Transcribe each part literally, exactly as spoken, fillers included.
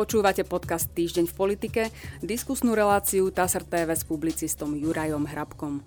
Počúvate podcast Týždeň v politike, diskusnú reláciu TASR té vé s publicistom Jurajom Hrabkom.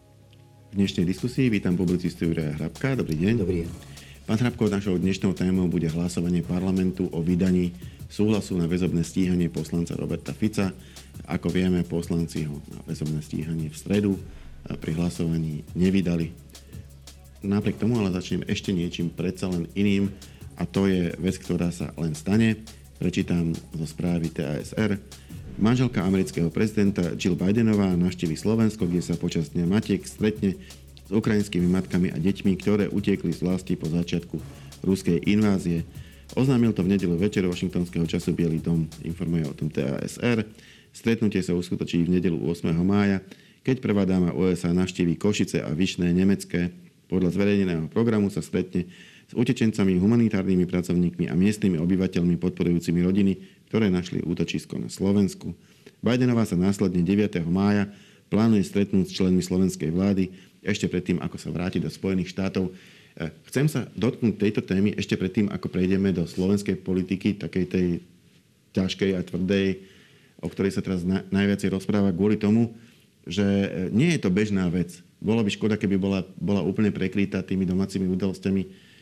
V dnešnej diskusii vítam publicistu Juraja Hrabka. Dobrý deň. Dobrý deň. Pán Hrabko, našou dnešnou témou bude hlasovanie parlamentu o vydaní súhlasu na väzobné stíhanie poslanca Roberta Fica. Ako vieme, poslanci ho na väzobné stíhanie v stredu pri hlasovaní nevydali. Napriek tomu ale začnem ešte niečím predsa len iným, a to je vec, ktorá sa len stane. Prečítam zo správy té á es er. Manželka amerického prezidenta Jill Bidenová navštívi Slovensko, kde sa počas Dňa matiek stretne s ukrajinskými matkami a deťmi, ktoré utiekli z vlasti po začiatku ruskej invázie. Oznámil to v nedeľu večer washingtonského času Bielý dom, informuje o tom té á es er. Stretnutie sa uskutoční v nedeľu ôsmeho mája, keď prvá dáma ú es á navštíví Košice a Vyšné nemecké. Podľa zverejneného programu sa stretne s utečencami, humanitárnymi pracovníkmi a miestnymi obyvateľmi podporujúcimi rodiny, ktoré našli útočisko na Slovensku. Bidenová sa následne deviateho mája plánuje stretnúť s členmi slovenskej vlády ešte predtým, ako sa vráti do Spojených štátov. Chcem sa dotknúť tejto témy ešte predtým, ako prejdeme do slovenskej politiky, takej tej ťažkej a tvrdej, o ktorej sa teraz na, najviac rozpráva kvôli tomu, že nie je to bežná vec. Bolo by škoda, keby bola, bola úplne prekrytá tými domácimi udalosťami.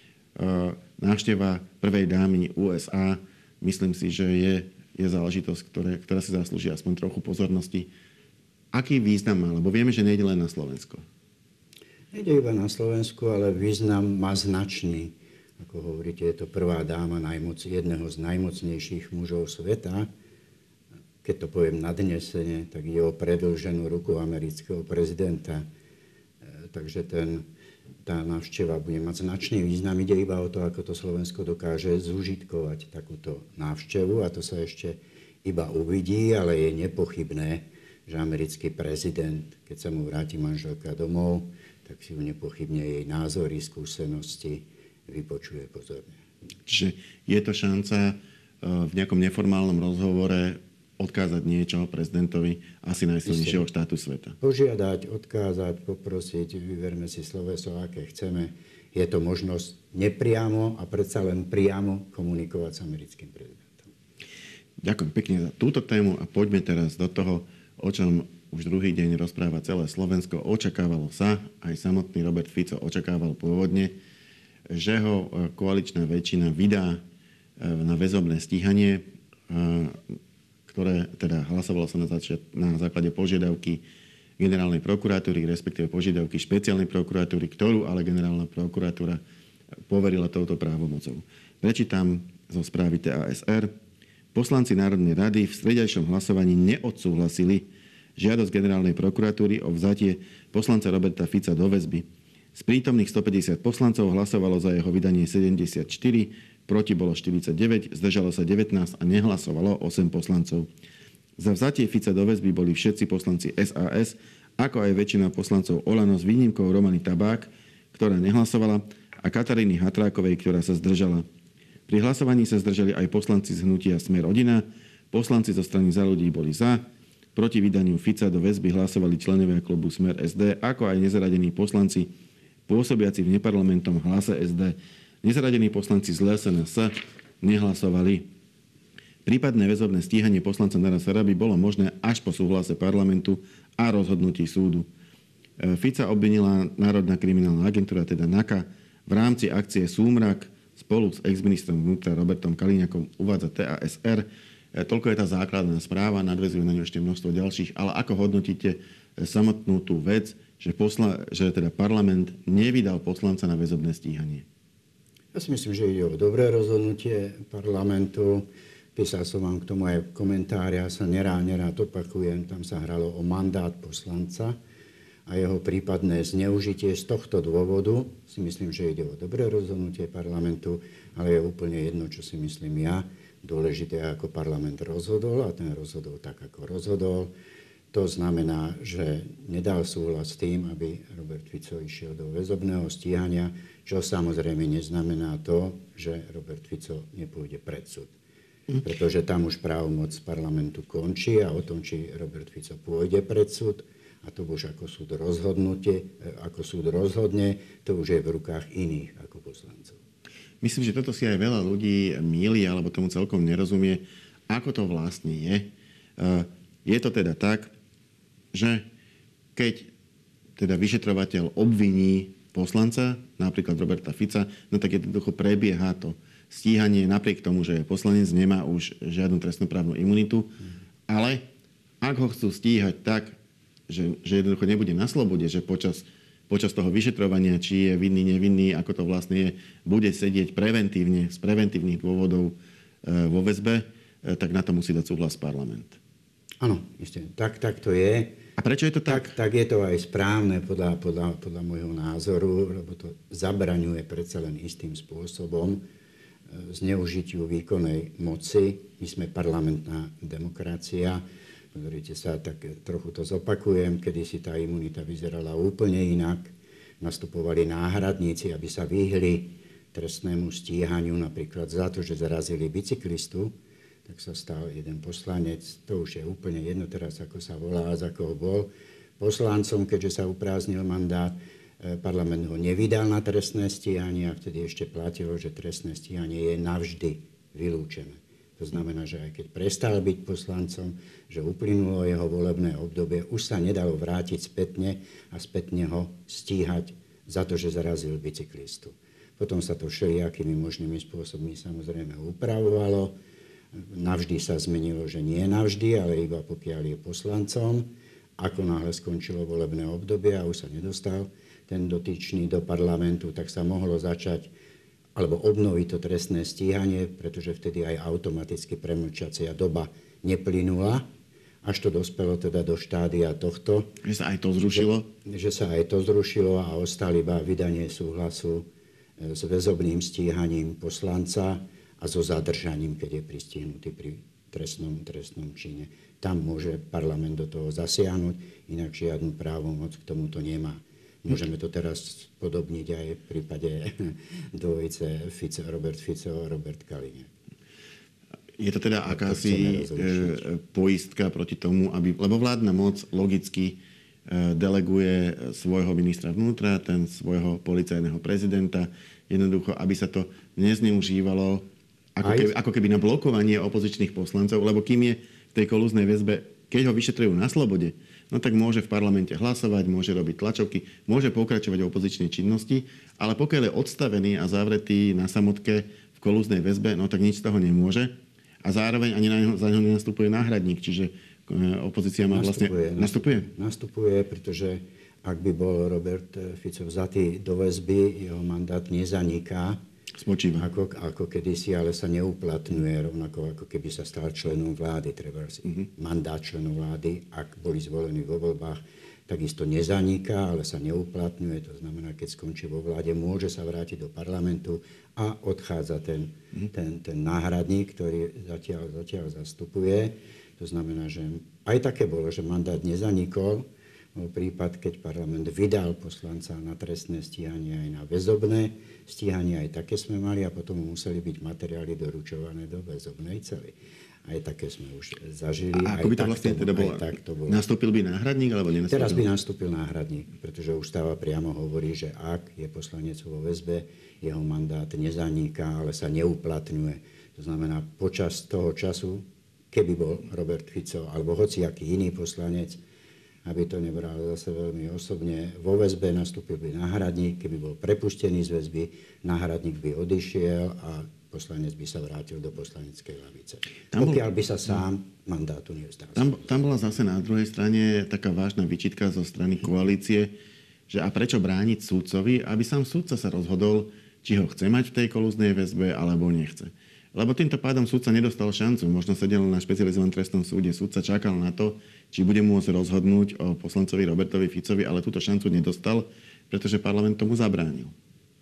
Návšteva prvej dámy ú es á, myslím si, že je, je záležitosť, ktoré, ktorá si zaslúži aspoň trochu pozornosti. Aký význam má? Lebo vieme, že nejde len na Slovensko. Nejde iba na Slovensku, ale význam má značný. Ako hovoríte, je to prvá dáma najmoc, jedného z najmocnejších mužov sveta. Keď to poviem nadnesene, tak ide o predĺženú ruku amerického prezidenta. Takže ten tá návšteva bude mať značný význam. Ide iba o to, ako to Slovensko dokáže zúžitkovať takúto návštevu a to sa ešte iba uvidí, ale je nepochybné, že americký prezident, keď sa mu vráti manželka domov, tak si ju nepochybne jej názory, skúsenosti vypočuje pozorne. Čiže je to šanca v nejakom neformálnom rozhovore odkázať niečo prezidentovi asi najsilnejšieho štátu sveta. Požiadať, odkázať, poprosiť, vyberme si sloveso, aké chceme. Je to možnosť nepriamo a predsa len priamo komunikovať s americkým prezidentom. Ďakujem pekne za túto tému a poďme teraz do toho, o čom už druhý deň rozpráva celé Slovensko. Očakávalo sa, aj samotný Robert Fico očakával pôvodne, že ho koaličná väčšina vydá na väzobné stíhanie, ktoré teda hlasovalo sa na, začiat, na základe požiadavky generálnej prokuratúry, respektíve požiadavky špeciálnej prokuratúry, ktorú ale generálna prokuratúra poverila touto právomocou. Prečítam zo správy té á es er. Poslanci Národnej rady v stredajšom hlasovaní neodsúhlasili žiadosť generálnej prokuratúry o vzatie poslanca Roberta Fica do väzby. Z prítomných stopäťdesiat poslancov hlasovalo za jeho vydanie sedemdesiatštyri, proti bolo štyridsaťdeväť, zdržalo sa devätnásť a nehlasovalo osem poslancov. Za vzatie Fica do väzby boli všetci poslanci es a es, ako aj väčšina poslancov Olano s výnimkou Romany Tabák, ktorá nehlasovala, a Kataríny Hatrákovej, ktorá sa zdržala. Pri hlasovaní sa zdržali aj poslanci z hnutia Smer rodina, poslanci zo strany Za ľudí boli za, proti vydaniu Fica do väzby hlasovali členovia klubu Smer es dé, ako aj nezaradení poslanci pôsobiaci v neparlamentom Hlase es dé. Nezaradení poslanci z es en es nehlasovali. Prípadné väzobné stíhanie poslanca Narasa by bolo možné až po súhlase parlamentu a rozhodnutí súdu. Fica obvinila Národná kriminálna agentúra, teda NAKA, v rámci akcie Súmrak spolu s exministrom vnútra Robertom Kaliňakom, uvádza té á es er. Toľko je tá základná správa, nadväzujú na ňu ešte množstvo ďalších, ale ako hodnotíte samotnú tú vec, že, posla, že teda parlament nevydal poslanca na väzobné stíhanie? Ja si myslím, že ide o dobré rozhodnutie parlamentu. Písal som vám k tomu aj komentáre, ja sa nerád, nerád opakujem. Tam sa hralo o mandát poslanca a jeho prípadné zneužitie. Z tohto dôvodu si myslím, že ide o dobré rozhodnutie parlamentu, ale je úplne jedno, čo si myslím ja. Dôležité, ako parlament rozhodol a ten rozhodol tak, ako rozhodol. To znamená, že nedal súhlas s tým, aby Robert Fico išiel do väzobného stíhania, čo samozrejme neznamená to, že Robert Fico nepôjde pred súd. Pretože tam už právomoc parlamentu končí a o tom, či Robert Fico pôjde pred súd, a to už ako súd rozhodnutie, ako súd rozhodne, to už je v rukách iných ako poslancov. Myslím, že toto si aj veľa ľudí mýli alebo tomu celkom nerozumie. ako to vlastne je. Je to teda tak, že keď teda vyšetrovateľ obviní poslanca, napríklad Roberta Fica, no tak jednoducho prebieha to stíhanie napriek tomu, že poslanec nemá už žiadnu trestnoprávnu imunitu, ale ak ho chcú stíhať tak, že, že jednoducho nebude na slobode, že počas, počas toho vyšetrovania, či je vinný, nevinný, ako to vlastne je, bude sedieť preventívne, z preventívnych dôvodov e, vo väzbe, e, tak na to musí dať súhlas parlament. Áno, isté. Tak, tak to je. A prečo je to tak? Tak, tak je to aj správne podľa, podľa, podľa môjho názoru, lebo to zabraňuje predsa len istým spôsobom zneužitiu výkonnej moci. My sme parlamentná demokracia. Pozrite sa, tak trochu to zopakujem, kedy si tá imunita vyzerala úplne inak. Nastupovali náhradníci, aby sa vyhli trestnému stíhaniu, napríklad za to, že zarazili bicyklistu. Tak sa stal jeden poslanec, to už je úplne jedno teraz, ako sa volá, za koho bol poslancom, keďže sa uprázdnil mandát. Parlament ho nevydal na trestné stíhanie a vtedy ešte platilo, že trestné stíhanie je navždy vylúčené. To znamená, že aj keď prestal byť poslancom, že uplynulo jeho volebné obdobie, už sa nedalo vrátiť spätne a spätne ho stíhať za to, že zarazil bicyklistu. Potom sa to všelijakými možnými spôsobmi samozrejme upravovalo. Navždy sa zmenilo, že nie navždy, ale iba pokiaľ je poslancom. Ako náhle skončilo volebné obdobie a už sa nedostal ten dotyčný do parlamentu, tak sa mohlo začať alebo obnoviť to trestné stíhanie, pretože vtedy aj automaticky premlčacia doba neplynula, až to dospelo teda do štádia tohto. Že sa aj to zrušilo? Že, že sa aj to zrušilo a ostali iba vydanie súhlasu s väzobným stíhaním poslanca a so zadržaním, keď je pristihnutý pri trestnom, trestnom čine. Tam môže parlament do toho zasiahnuť, inak žiadnu právomoc k tomuto nemá. Môžeme to teraz podobniť aj v prípade dvojice Fico, Robert Fico a Robert Kaliňák. Je to teda akási poistka proti tomu, aby, lebo vládna moc logicky deleguje svojho ministra vnútra, ten svojho policajného prezidenta, jednoducho, aby sa to nezneužívalo ako keby, ako keby na blokovanie opozičných poslancov, lebo kým je v tej kolúznej väzbe, keď ho vyšetrujú na slobode, no tak môže v parlamente hlasovať, môže robiť tlačovky, môže pokračovať v opozičnej činnosti, ale pokiaľ je odstavený a zavretý na samotke v kolúznej väzbe, no tak nič z toho nemôže. A zároveň ani na neho, za neho nenastupuje náhradník, čiže opozícia má vlastne... Nastupuje? Nastupuje, pretože ak by bol Robert Fico vzatý do väzby, jeho mandát nezaniká. Spočíva. Ako, ako kedysi, ale sa neuplatňuje, rovnako ako keby sa stal členom vlády. Treba si uh-huh. mandát členov vlády, ak boli zvolení vo voľbách, takisto nezaniká, ale sa neuplatňuje. To znamená, keď skončí vo vláde, môže sa vrátiť do parlamentu a odchádza ten, uh-huh. ten, ten náhradník, ktorý zatiaľ, zatiaľ zastupuje. To znamená, že aj také bolo, že mandát nezanikol. Bol prípad, keď parlament vydal poslanca na trestné stíhanie aj na väzobné stíhanie, aj také sme mali a potom museli byť materiály doručované do väzobnej cely. Aj také sme už zažili. A ako by to vlastne teda bolo? bolo? Nastúpil by náhradník alebo nenastúpil? Teraz by nastúpil náhradník, pretože ústava priamo hovorí, že ak je poslanec vo väzbe, jeho mandát nezaniká, ale sa neuplatňuje. To znamená, počas toho času, keby bol Robert Fico alebo hociaký iný poslanec, aby to nebral zase veľmi osobne, vo väzbe nastúpil by náhradník, keby bol prepustený z väzby, náhradník by odišiel a poslanec by sa vrátil do poslaneckej lavice. Tam Pokiaľ bol, by sa sám mandátu nevzdal. Tam, tam bola zase na druhej strane taká vážna výčitka zo strany koalície, že a prečo brániť súdcovi, aby sám súdca sa rozhodol, či ho chce mať v tej kolúznej väzbe, alebo nechce. Lebo týmto pádom súdca nedostal šancu. Možno sedel na špecializovanom trestnom súde. Súdca čakal na to, či bude môcť rozhodnúť o poslancovi Robertovi Ficovi, ale túto šancu nedostal, pretože parlament tomu zabránil.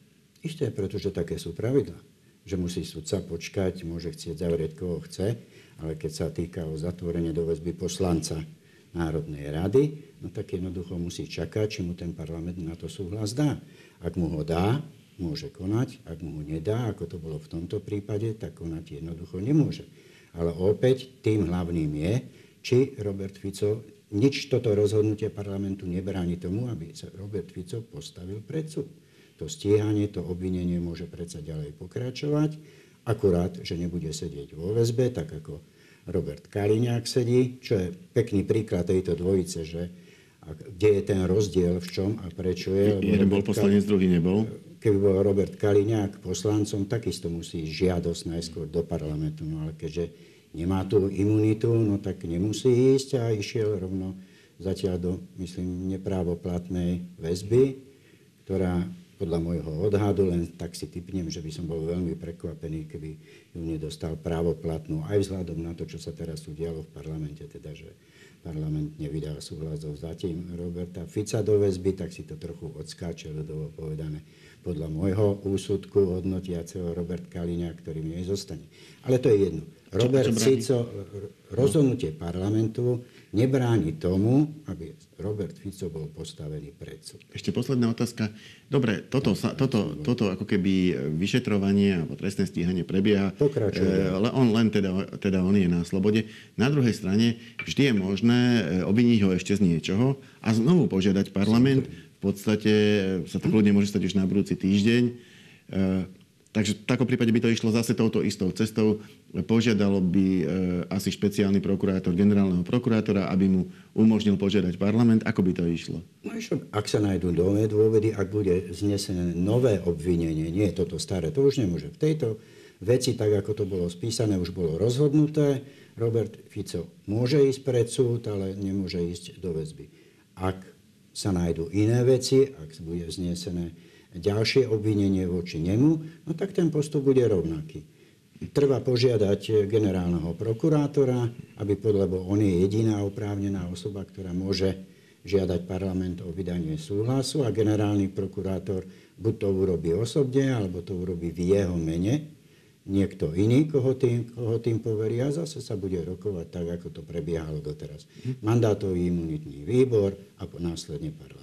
Isté, pretože také sú pravidlá. Že musí súdca počkať, môže chcieť zavrieť, koho chce, ale keď sa týka o zatvorenie do väzby poslanca Národnej rady, no tak jednoducho musí čakať, či mu ten parlament na to súhlas dá. Ak mu ho dá, môže konať, ak mu ho nedá, ako to bolo v tomto prípade, tak konať jednoducho nemôže. Ale opäť tým hlavným je, či Robert Fico, nič toto rozhodnutie parlamentu nebráni tomu, aby sa Robert Fico postavil pred súd. To stíhanie, to obvinenie môže predsa ďalej pokračovať, akurát, že nebude sedieť vo väzbe, tak ako Robert Kaliňák sedí, čo je pekný príklad tejto dvojice, že a kde je ten rozdiel, v čom a prečo je. Jeden bol poslanec, druhý nebol. Keby bol Robert Kaliňák poslancom, takisto musí žiadosť najskôr do parlamentu. No ale keďže nemá tú imunitu, no tak nemusí ísť a išiel rovno zatiaľ do, myslím, neprávoplatnej väzby, ktorá podľa môjho odhadu, len tak si tipnem, že by som bol veľmi prekvapený, keby ju nedostal právoplatnú, aj vzhľadom na to, čo sa teraz udialo v parlamente, teda, že parlament nevydal súhlas so vzatím Roberta Fica do väzby, tak si to trochu odskáče, ľudovo povedané. Podľa môjho úsudku hodnotiaceho Robert Kaliňák, ktorý mi aj zostane. Ale to je jedno. Robert Fico, rozhodnutie parlamentu nebráni tomu, aby Robert Fico bol postavený pred súd. Ešte posledná otázka. Dobre, toto, sa, toto, toto ako keby vyšetrovanie alebo trestné stíhanie prebieha. Pokračuje. E, on len teda, teda on je na slobode. Na druhej strane vždy je možné obviniť ho ešte z niečoho a znovu požiadať parlament. V podstate sa to kľudne môže stať už na budúci týždeň. E, Takže v takom prípade by to išlo zase touto istou cestou. Požiadalo by e, asi špeciálny prokurátor generálneho prokurátora, aby mu umožnil požiadať parlament. Ako by to išlo? No išlo, ak sa nájdú nové dôvody, ak bude znesené nové obvinenie, nie toto staré, to už nemôže. V tejto veci, tak ako to bolo spísané, už bolo rozhodnuté. Robert Fico môže ísť pred súd, ale nemôže ísť do väzby. Ak sa nájdú iné veci, ak bude znesené ďalšie obvinenie voči nemu, no tak ten postup bude rovnaký. Treba požiadať generálneho prokurátora, aby lebo on je jediná oprávnená osoba, ktorá môže žiadať parlament o vydanie súhlasu a generálny prokurátor buď to urobí osobne, alebo to urobí v jeho mene, niekto iný, koho tým, koho tým poverí a zase sa bude rokovať tak, ako to prebiehalo doteraz. Mandátový imunitný výbor a následne parlament.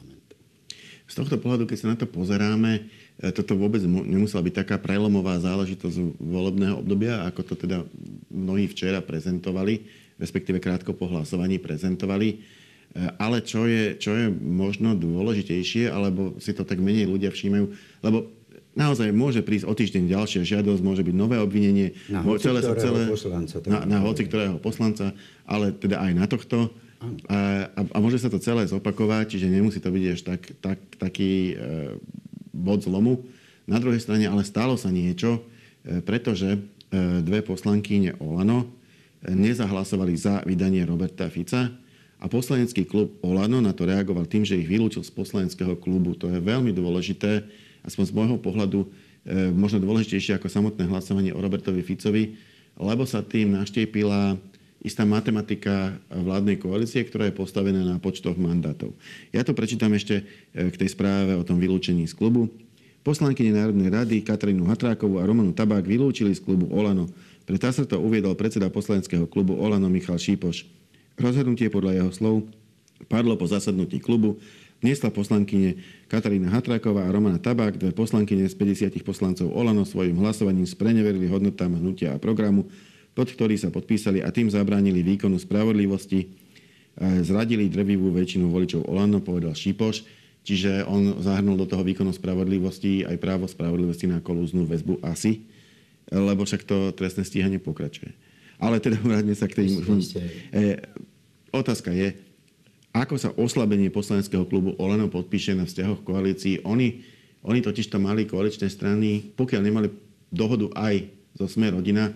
Z tohto pohľadu, keď sa na to pozeráme, toto vôbec nemusela byť taká prelomová záležitosť volebného obdobia, ako to teda mnohí včera prezentovali, respektíve krátko po hlasovaní prezentovali. Ale čo je, čo je možno dôležitejšie, alebo si to tak menej ľudia všímajú, lebo naozaj môže prísť o týždeň ďalšia žiadosť, môže byť nové obvinenie. Na hoci celé, ktorého celé, poslanca. Na, na hoci ktorého poslanca, ale teda aj na tohto. A, a, a môže sa to celé zopakovať, čiže nemusí to byť až tak, tak, taký e, bod zlomu. Na druhej strane ale stalo sa niečo, e, pretože e, dve poslankyne Olano e, nezahlasovali za vydanie Roberta Fica a poslanecký klub Olano na to reagoval tým, že ich vylúčil z poslaneckého klubu. To je veľmi dôležité, aspoň z môjho pohľadu, e, možno dôležitejšie ako samotné hlasovanie o Robertovi Ficovi, lebo sa tým naštiepila istá matematika vládnej koalície, ktorá je postavená na počtoch mandátov. Ja to prečítam ešte k tej správe o tom vylúčení z klubu. Poslankyne Národnej rady Katarínu Hatrákovú a Romanu Tabák vylúčili z klubu Olano. Pre TASR to uviedol predseda poslaneckého klubu Olano Michal Šípoš. Rozhodnutie podľa jeho slov padlo po zasadnutí klubu. Dnes poslankyne Katarína Hatráková a Romana Tabák, dve poslankyne z päťdesiat poslancov Olano, svojim hlasovaním spreneverili hodnotám hnutia a programu, pod ktorý sa podpísali a tým zabránili výkonu spravodlivosti, zradili drvivú väčšinu voličov Olano, povedal Šípoš. Čiže on zahrnul do toho výkonu spravodlivosti aj právo spravodlivosti na kolúznú väzbu asi, lebo však to trestné stíhanie pokračuje. Ale teda vráťme sa k tej... E, otázka je, ako sa oslabenie poslaneckého klubu Olano podpíše na vzťahoch koalícii. Oni, oni totiž to mali koaličné strany, pokiaľ nemali dohodu aj zo Sme rodina,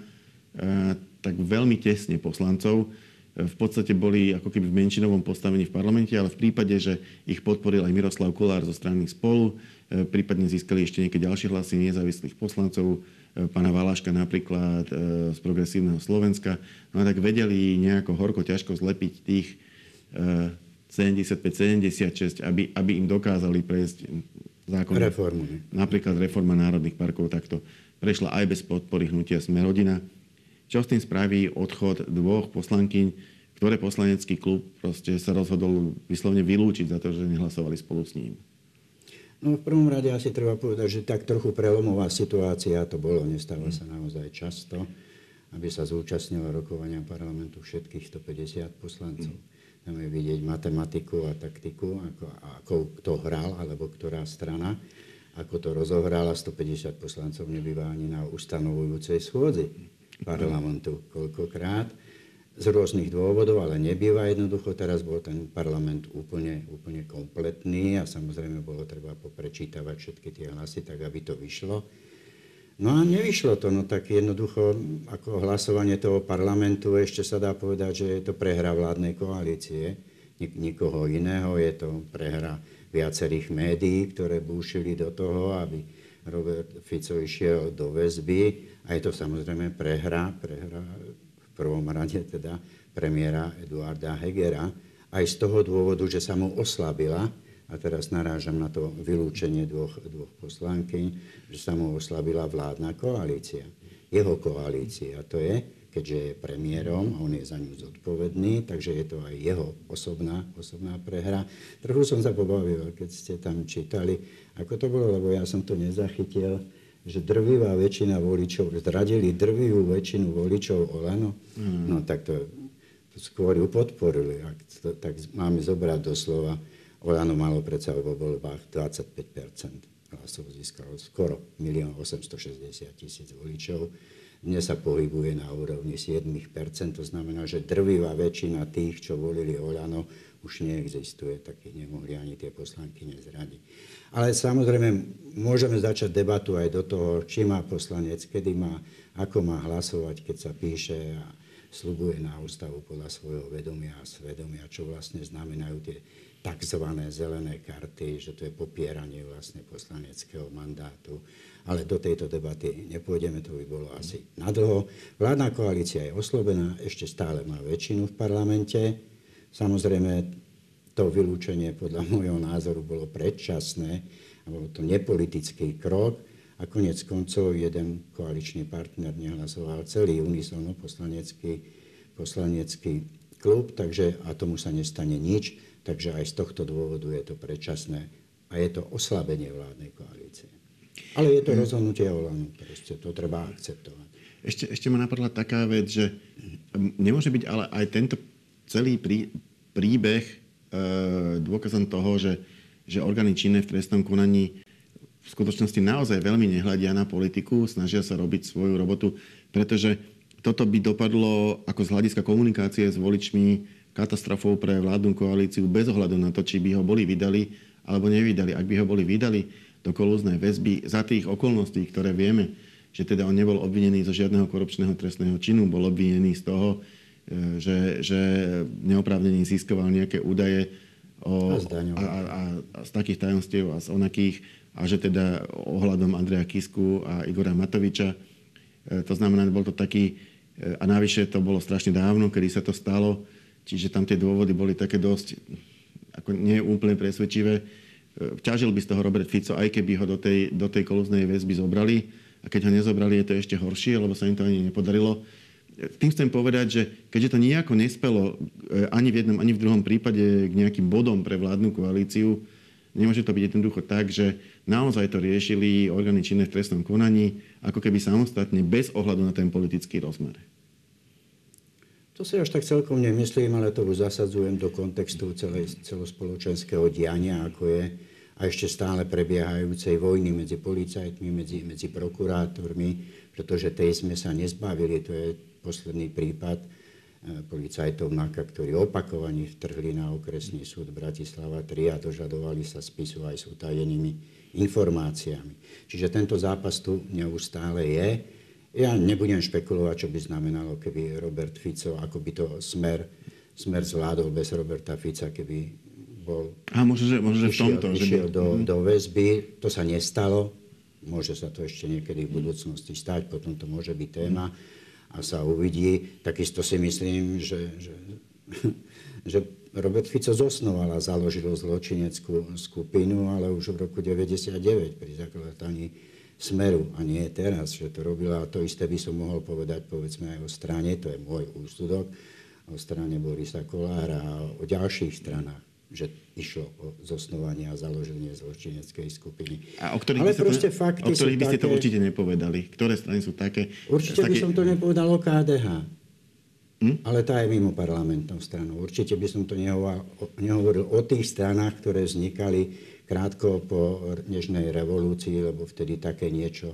tak veľmi tesne poslancov. V podstate boli ako keby v menšinovom postavení v parlamente, ale v prípade, že ich podporil aj Miroslav Kolár zo strany Spolu, prípadne získali ešte nejaké ďalšie hlasy nezávislých poslancov, pána Valáška napríklad z Progresívneho Slovenska, no tak vedeli nejako horko ťažko zlepiť tých sedemdesiatpäť sedemdesiatšesť, aby, aby im dokázali prejsť zákon. Reformu. Napríklad reforma národných parkov takto prešla aj bez podpory hnutia Sme rodina. Čo s tým spraví odchod dvoch poslankyň, ktoré poslanecký klub proste sa rozhodol vyslovne vylúčiť za to, že nehlasovali spolu s ním? No v prvom rade asi treba povedať, že tak trochu prelomová situácia to bolo. Nestáva sa naozaj často, aby sa zúčastnilo rokovania parlamentu všetkých stopäťdesiat poslancov. Tam je vidieť matematiku a taktiku, ako, ako kto hral, alebo ktorá strana, ako to rozohrala. stopäťdesiat poslancov nebýva ani na ustanovujúcej schôdzi parlamentu koľkokrát. z rôznych dôvodov, ale nebýva jednoducho. Teraz bol ten parlament úplne, úplne kompletný a samozrejme bolo treba poprečítavať všetky tie hlasy, tak aby to vyšlo. No a nevyšlo to, no tak jednoducho ako hlasovanie toho parlamentu ešte sa dá povedať, že je to prehra vládnej koalície, Nik- nikoho iného, je to prehra viacerých médií, ktoré búšili do toho, aby Robert Fico išiel do väzby a je to samozrejme prehra, prehra v prvom rade teda premiéra Eduarda Hegera, aj z toho dôvodu, že sa mu oslabila, a teraz narážam na to vylúčenie dvoch, dvoch poslankyň, že sa mu oslabila vládna koalícia. Jeho koalícia to je, keďže je premiérom, on je za ňu zodpovedný, takže je to aj jeho osobná, osobná prehra. Trochu som sa pobavil, keď ste tam čítali, ako to bolo, lebo ja som to nezachytil, že drvivá väčšina voličov, zradili drvivú väčšinu voličov Olano. Mm. No tak to, to skôr ju podporili. Ak to, tak máme zobrať doslova, Olano malo predsa vo voľbách dvadsaťpäť percent hlasov, získalo skoro milión osemstošesťdesiat tisíc voličov. Dnes sa pohybuje na úrovni sedem percent, to znamená, že drvivá väčšina tých, čo volili Olano, už neexistuje, tak ich nemohli ani tie poslanky nezradiť. Ale samozrejme, môžeme začať debatu aj do toho, či má poslanec, kedy má, ako má hlasovať, keď sa píše a sľubuje na ústavu podľa svojho vedomia a svedomia, čo vlastne znamenajú tie takzvané zelené karty, že to je popieranie vlastne poslaneckého mandátu. Ale do tejto debaty nepôjdeme, to by bolo asi nadlho. Vládna koalícia je oslobená, ešte stále má väčšinu v parlamente. Samozrejme, to vylúčenie podľa môjho názoru bolo predčasné a bolo to nepolitický krok. A koniec koncov jeden koaličný partner nehlasoval celý unisono poslanecký, poslanecký klub, takže a tomu sa nestane nič. Takže aj z tohto dôvodu je to predčasné a je to oslabenie vládnej koalície. Ale je to rozhodnutie Olano, proste to treba akceptovať. Ešte, ešte ma napadla taká vec, že nemôže byť ale aj tento celý prí, príbeh e, dôkazom toho, že, že orgány činné v trestnom konaní v skutočnosti naozaj veľmi nehľadia na politiku, snažia sa robiť svoju robotu, pretože toto by dopadlo ako z hľadiska komunikácie s voličmi katastrofou pre vládnu koalíciu bez ohľadu na to, či by ho boli vydali alebo nevydali. Ak by ho boli vydali do kolúznej väzby za tých okolností, ktoré vieme, že teda on nebol obvinený zo žiadneho korupčného trestného činu, bol obvinený z toho, že, že neoprávnene získaval nejaké údaje o, a, a, a, a z takých tajomstiev a z onakých, a že teda ohľadom Andreja Kisku a Igora Matoviča. To znamená, bol to taký, a navyše to bolo strašne dávno, kedy sa to stalo, čiže tam tie dôvody boli také dosť ako nie úplne presvedčivé. Vťažil by z toho Robert Fico, aj keby ho do tej, do tej kolúznej väzby zobrali. A keď ho nezobrali, je to ešte horšie, lebo sa im to ani nepodarilo. Tým chcem povedať, že keďže to nejako nespelo ani v jednom, ani v druhom prípade k nejakým bodom pre vládnu koalíciu, nemôže to byť jednoducho tak, že naozaj to riešili orgány činné v trestnom konaní, ako keby samostatne, bez ohľadu na ten politický rozmer. To si až tak celkom nemyslím, ale to už zasadzujem do kontextu celej, celospoločenského diania, ako je a ešte stále prebiehajúcej vojny medzi policajtmi, medzi, medzi prokurátormi, pretože tej sme sa nezbavili. To je posledný prípad policajtov NAKA, ktorí opakovane vtrhli na okresný súd Bratislava tri a dožadovali sa spisu aj s utajenými informáciami. Čiže tento zápas tu neustále je. Ja nebudem špekulovať, čo by znamenalo, keby Robert Fico, ako by to smer, smer zvládol bez Roberta Fica, keby bol... A možno, že, možno, že v tomto. Išiel že by... do, do väzby. To sa nestalo. Môže sa to ešte niekedy v budúcnosti stať, potom to môže byť téma a sa uvidí. Takisto si myslím, že, že, že Robert Fico zosnoval a založil zločineckú skupinu, ale už v roku deväťdesiatdeväť pri zakladaní Smeru a nie teraz, že to robila. To isté by som mohol povedať, povedzme, aj o strane, to je môj úsudok, o strane Borisa Kollára a o ďalších stranách, že išlo o zosnovanie a založenie zločineckej skupiny. A o ktorých, ale by, proste to, fakty o ktorých by ste také, to určite nepovedali. Ktoré strany sú také? Určite také... by som to nepovedal o ká dé há. Hm? Ale tá je mimo parlamentnou stranou. Určite by som to nehovoril, nehovoril o tých stranách, ktoré vznikali krátko po Nežnej revolúcii, lebo vtedy také niečo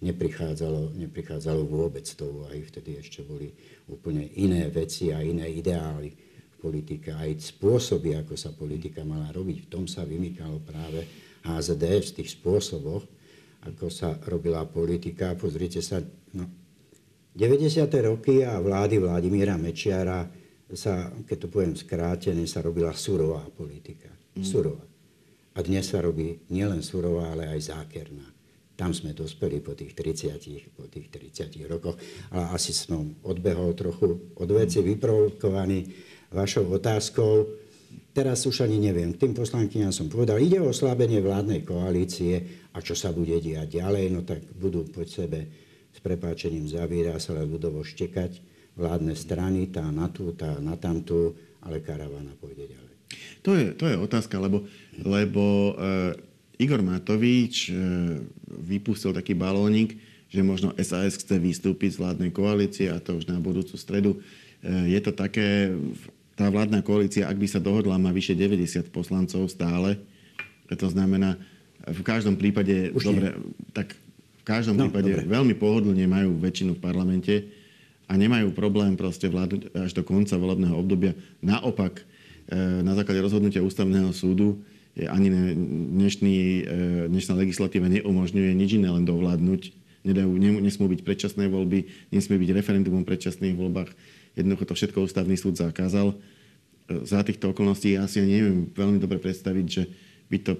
neprichádzalo, neprichádzalo vôbec do úvahy. Vtedy ešte boli úplne iné veci a iné ideály v politike. Aj spôsoby, ako sa politika mala robiť. V tom sa vymykalo práve há zet dé ef, v tých spôsoboch, ako sa robila politika. Pozrite sa, no, deväťdesiate roky a vlády Vladimíra Mečiara sa, keď to poviem skrátené, sa robila surová politika. Mm. Surová. A dnes sa robí nielen surová, ale aj zákerná. Tam sme dospeli po tých tridsiatich, po tých tridsiatich rokoch, ale asi som odbehol trochu od veci, vyprovokovaný vašou otázkou. Teraz už ani neviem, k tým poslankyňam som povedal, ide o oslabenie vládnej koalície a čo sa bude diať ďalej, no tak budú po sebe s prepáčením zavírá sa, ale ľudovo štekať vládne strany, tá na tú, tá na tamtú, ale karavana pôjde ďalej. To je, to je otázka, lebo, lebo e, Igor Matovič e, vypustil taký balónik, že možno es a es chce vystúpiť z vládnej koalície a to už na budúcu stredu. E, je to také, tá vládna koalícia, ak by sa dohodla, má vyše deväťdesiat poslancov stále. To znamená, v každom prípade, už dobre, nie. tak v každom no, prípade dobre. Veľmi pohodlne majú väčšinu v parlamente a nemajú problém proste vládnuť až do konca volebného obdobia. Naopak, na základe rozhodnutia Ústavného súdu ani dnešný, dnešná legislatíva neumožňuje nič iné, len dovládnuť. Nedajú, nesmú byť predčasné voľby, nesmie byť referendum o predčasných voľbách. Jednoducho to všetko Ústavný súd zakázal. Za týchto okolností ja si neviem veľmi dobre predstaviť, že by to,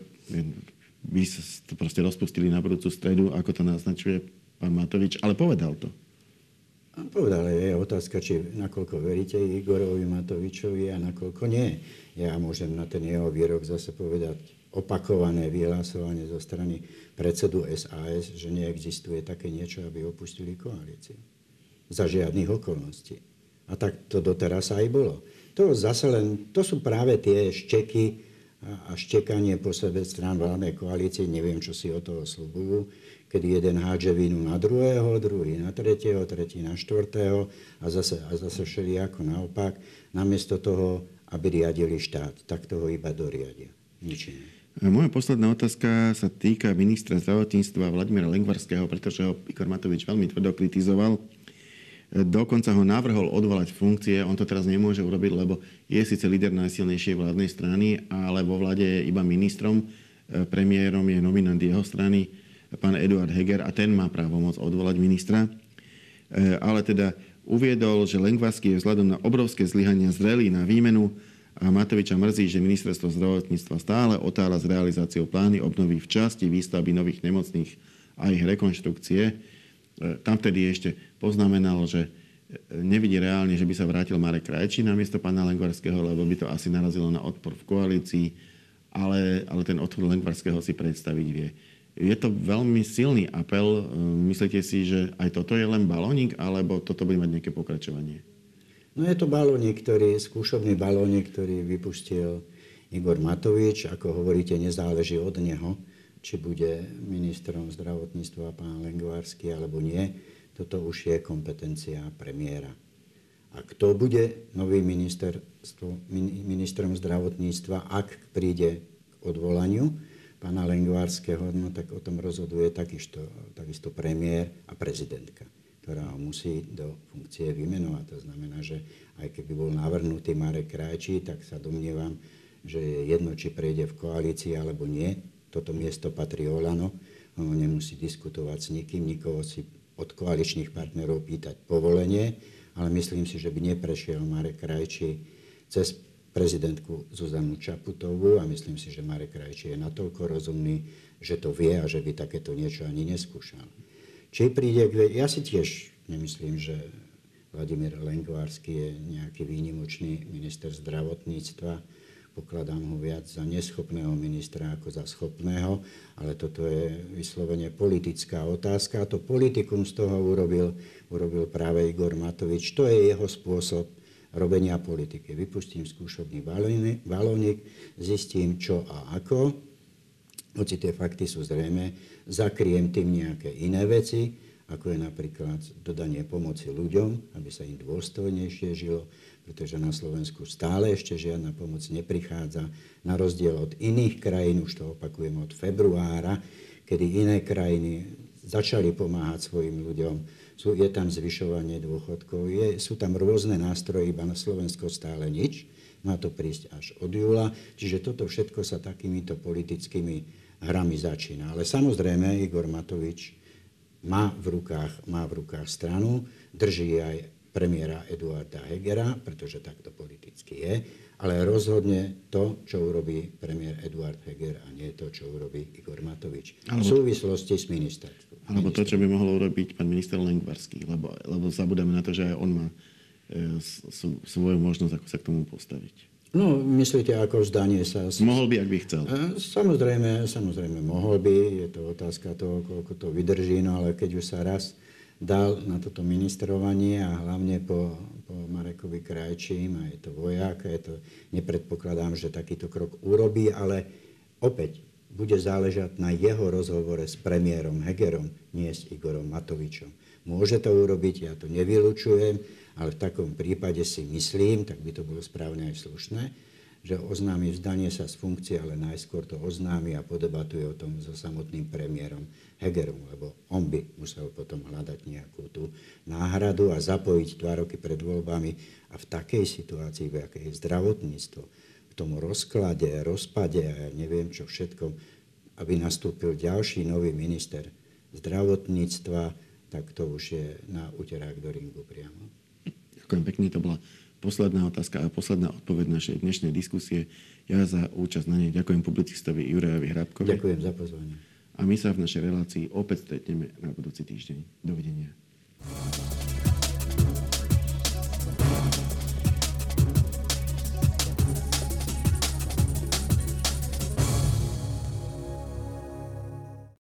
by sa to proste rozpustili na budúcu stredu, ako to naznačuje pán Matovič, ale povedal to. Povedal, je otázka, či nakoľko veríte Igorovi Matovičovi a nakoľko nie. Ja môžem na ten jeho výrok zase povedať opakované vyhlásovanie zo strany predsedu es a es, že neexistuje také niečo, aby opustili koalíciu. Za žiadnych okolností. A tak to doteraz aj bolo. To zase len, to sú práve tie šteky a štekanie po sebe strán vládnej koalície. Neviem, čo si o toho sľubujú, kedy jeden hádže vinu na druhého, druhý na tretieho, tretí na štvrtého a zase, a zase všelijako naopak. Namiesto toho, aby riadili štát, tak toho iba doriadia. Nič iné. Moja posledná otázka sa týka ministra zdravotníctva Vladimíra Lengvarského, pretože ho Igor Matovič veľmi tvrdo kritizoval. Dokonca ho navrhol odvolať funkcie. On to teraz nemôže urobiť, lebo je síce líder najsilnejšej vládnej strany, ale vo vláde je iba ministrom. Premiérom je nominant jeho strany, pán Eduard Heger, a ten má právomoc odvolať ministra. Ale teda uviedol, že Lengvarský je vzhľadom na obrovské zlyhania zrelý na výmenu a Matoviča mrzí, že ministerstvo zdravotníctva stále otáľa s realizáciou plány obnovy v časti výstavby nových nemocných a ich rekonštrukcie. Tam vtedy ešte poznamenal, že nevidí reálne, že by sa vrátil Marek Krajčí namiesto pána Lengvarského, lebo by to asi narazilo na odpor v koalícii, ale, ale ten odchod Lengvarského si predstaviť vie. Je to veľmi silný apel. Myslíte si, že aj toto je len balónik, alebo toto bude mať nejaké pokračovanie? No je to balónik, ktorý, skúšobný balónik, ktorý vypustil Igor Matovič. Ako hovoríte, nezáleží od neho, či bude ministrom zdravotníctva pán Lengvarský alebo nie. Toto už je kompetencia premiéra. A kto bude nový ministrom zdravotníctva, ak príde k odvolaniu pána Lengvarského, no tak o tom rozhoduje takisto, takisto premiér a prezidentka, ktorá ho musí do funkcie vymenovať. To znamená, že aj keby bol navrhnutý Marek Krajčí, tak sa domnievam, že je jedno, či prejde v koalícii alebo nie. Toto miesto patrí Olano, ono nemusí diskutovať s nikým, nikoho si od koaličných partnerov pýtať povolenie, ale myslím si, že by neprešiel Marek Krajčí cez prezidentku Zuzanu Čaputovú a myslím si, že Marek Krajčí je natoľko rozumný, že to vie a že by takéto niečo ani neskúšal. Či príde, ja si tiež nemyslím, že Vladimír Lengvarský je nejaký výnimočný minister zdravotníctva. Pokladám ho viac za neschopného ministra ako za schopného, ale toto je vyslovene politická otázka. A to politikum z toho urobil, urobil práve Igor Matovič. To je jeho spôsob robenia politiky. Vypustím skúšobný balónik, zistím čo a ako, hoci tie fakty sú zrejme, zakryjem tým nejaké iné veci, ako je napríklad dodanie pomoci ľuďom, aby sa im dôstojnejšie žilo, pretože na Slovensku stále ešte žiadna pomoc neprichádza, na rozdiel od iných krajín, už to opakujem od februára, kedy iné krajiny začali pomáhať svojim ľuďom. Sú, je tam zvyšovanie dôchodkov, je, sú tam rôzne nástroje, iba na Slovensko stále nič. Má to prísť až od júla. Čiže toto všetko sa takýmito politickými hrami začína. Ale samozrejme, Igor Matovič má v rukách, má v rukách stranu, drží aj premiéra Eduarda Hegera, pretože takto politicky je, ale rozhodne to, čo urobí premiér Eduard Heger a nie to, čo urobí Igor Matovič. Alebo, v súvislosti s ministerstvom. Alebo to, čo by mohol urobiť pán minister Lengvarský, lebo, lebo zabudeme na to, že aj on má e, svoju možnosť, ako sa k tomu postaviť. No, myslíte, ako vzdanie sa... Mohol by, ak by chcel. Samozrejme, samozrejme, mohol by. Je to otázka toho, koľko to vydrží, no ale keď už sa raz dal na toto ministerovanie a hlavne po, po Marekovi Krajčím, a je to vojak, je to, nepredpokladám, že takýto krok urobí, ale opäť bude záležať na jeho rozhovore s premiérom Hegerom, nie s Igorom Matovičom. Môže to urobiť, ja to nevylučujem, ale v takom prípade si myslím, tak by to bolo správne aj slušné, že oznámi vzdanie sa z funkcie, ale najskôr to oznámi a podebatuje o tom so samotným premiérom Hegerom, lebo on by musel potom hľadať nejakú tú náhradu a zapojiť dva roky pred voľbami a v takej situácii, v akej je zdravotníctvo, v tom rozklade, rozpade a ja neviem čo všetko, aby nastúpil ďalší nový minister zdravotníctva, tak to už je na uterák do ringu priamo. Ďakujem pekne, to bola posledná otázka a posledná odpoveď našej dnešnej diskusie. Ja za účasť na nej ďakujem publicistovi Jurajovi Hrabkovi. Ďakujem za pozvanie. A my sa v našej relácii opäť stretneme na budúci týždeň. Dovidenia.